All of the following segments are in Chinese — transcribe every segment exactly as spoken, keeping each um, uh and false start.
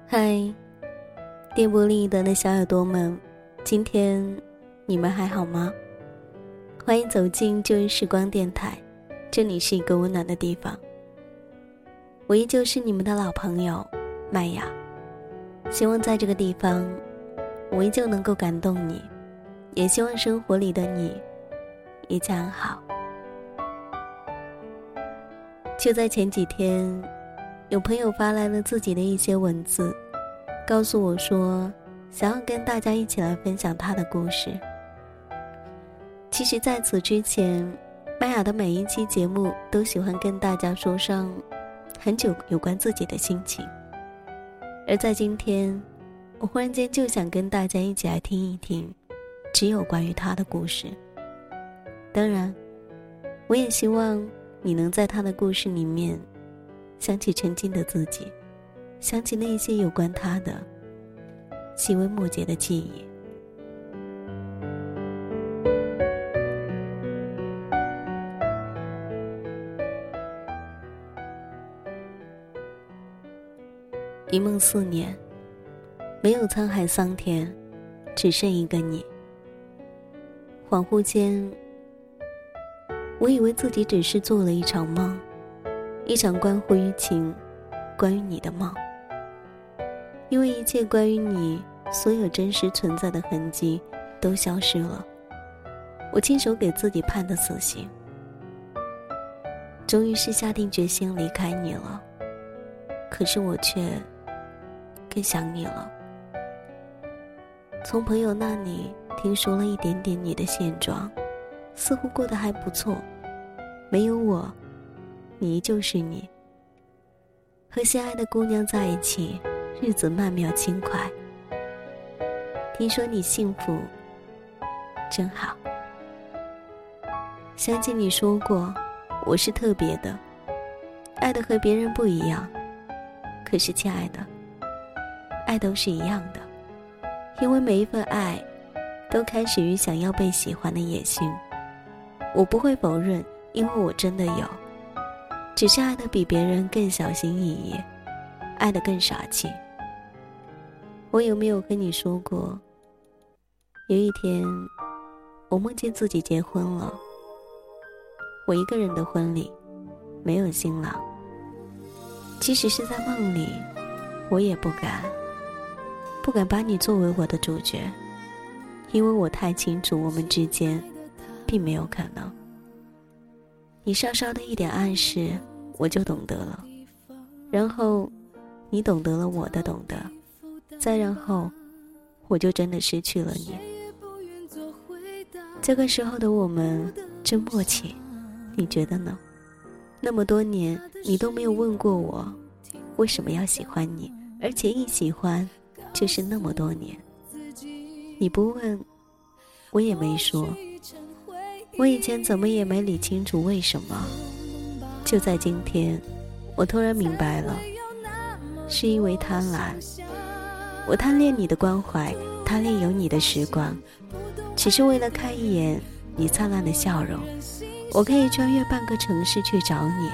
嗨，电波另一端的小耳朵们，今天你们还好吗？欢迎走进旧日时光电台，这里是一个温暖的地方。我依旧是你们的老朋友麦雅，希望在这个地方我依旧能够感动你，也希望生活里的你一切安好。就在前几天，有朋友发来了自己的一些文字，告诉我说想要跟大家一起来分享他的故事。其实在此之前，麦雅的每一期节目都喜欢跟大家说上很久有关自己的心情，而在今天，我忽然间就想跟大家一起来听一听只有关于他的故事。当然，我也希望你能在他的故事里面想起曾经的自己，想起那一些有关他的细微末节的记忆。一梦四年，没有沧海桑田，只剩一个你。恍惚间，我以为自己只是做了一场梦，一场关乎于情，关于你的梦。因为一切关于你，所有真实存在的痕迹都消失了，我亲手给自己判的死刑。终于是下定决心离开你了，可是我却更想你了。从朋友那里听说了一点点你的现状，似乎过得还不错，没有我，你依旧是你。和心爱的姑娘在一起，日子曼妙轻快。听说你幸福，真好。想起你说过，我是特别的，爱的和别人不一样。可是亲爱的，爱都是一样的，因为每一份爱都开始于想要被喜欢的野心。我不会否认，因为我真的有，只是爱的比别人更小心翼翼，爱的更傻气。我有没有跟你说过，有一天我梦见自己结婚了，我一个人的婚礼，没有新郎。即使是在梦里，我也不敢不敢把你作为我的主角，因为我太清楚我们之间并没有可能。你稍稍的一点暗示，我就懂得了，然后你懂得了我的懂得，再然后我就真的失去了你。这个时候的我们真默契，你觉得呢？那么多年你都没有问过我为什么要喜欢你，而且一喜欢就是那么多年。你不问，我也没说，我以前怎么也没理清楚为什么。就在今天，我突然明白了，是因为贪婪。我贪恋你的关怀，贪恋有你的时光，只是为了看一眼你灿烂的笑容，我可以穿越半个城市去找你。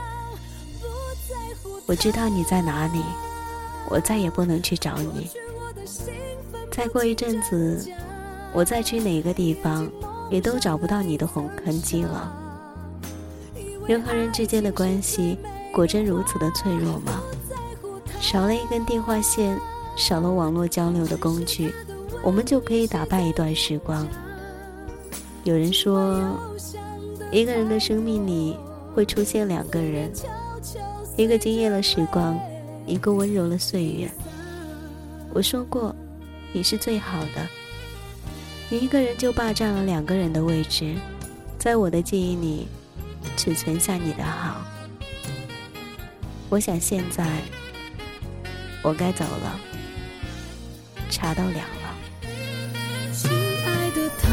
我知道你在哪里，我再也不能去找你。再过一阵子，我再去哪个地方也都找不到你的痕迹了。人和人之间的关系果真如此的脆弱吗？少了一根电话线，少了网络交流的工具，我们就可以打败一段时光。有人说，一个人的生命里会出现两个人，一个惊艳了时光，一个温柔了岁月。我说过，你是最好的，你一个人就霸占了两个人的位置，在我的记忆里只存下你的好。我想现在我该走了，茶都凉了。 亲爱的他，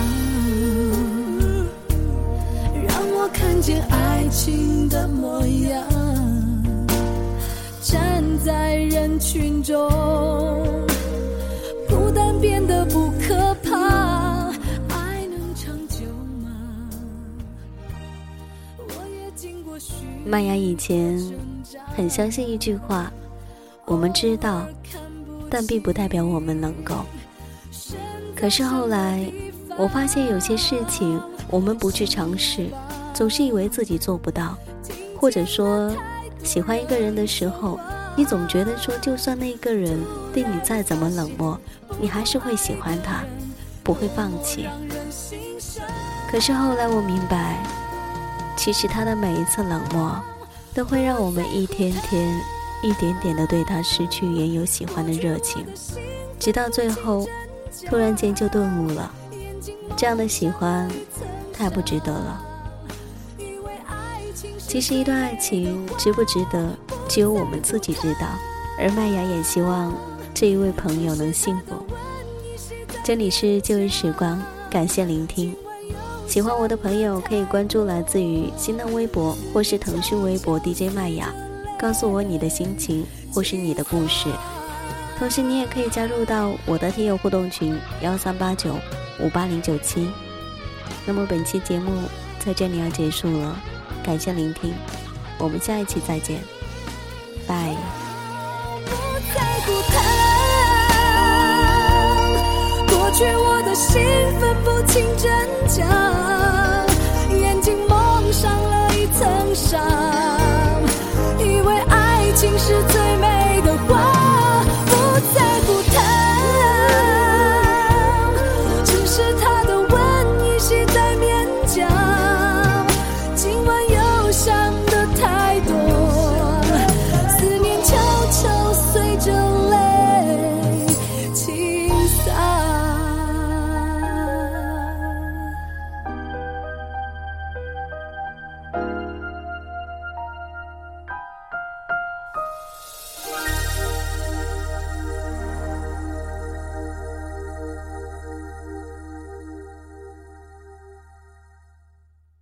让我看见爱情的模样，站在人群中，孤单变得不可怕，爱能长久吗？我也经过许麦雅以前很相信一句话，我们知道但并不代表我们能够。可是后来我发现有些事情我们不去尝试，总是以为自己做不到，或者说喜欢一个人的时候，你总觉得说就算那个人对你再怎么冷漠，你还是会喜欢他，不会放弃。可是后来我明白，其实他的每一次冷漠都会让我们一天天一点点的对他失去原有喜欢的热情，直到最后突然间就顿悟了，这样的喜欢太不值得了。其实一段爱情值不值得，只有我们自己知道，而麦雅也希望这一位朋友能幸福。这里是旧日时光，感谢聆听。喜欢我的朋友可以关注来自于新浪微博或是腾讯微博 D J 麦雅，告诉我你的心情或是你的故事。同时你也可以加入到我的听友互动群幺三八九五八零九七。那么本期节目在这里要结束了，感谢聆听，我们下一期再见，拜。 过去我的心分不清真假，眼睛蒙上了一层纱，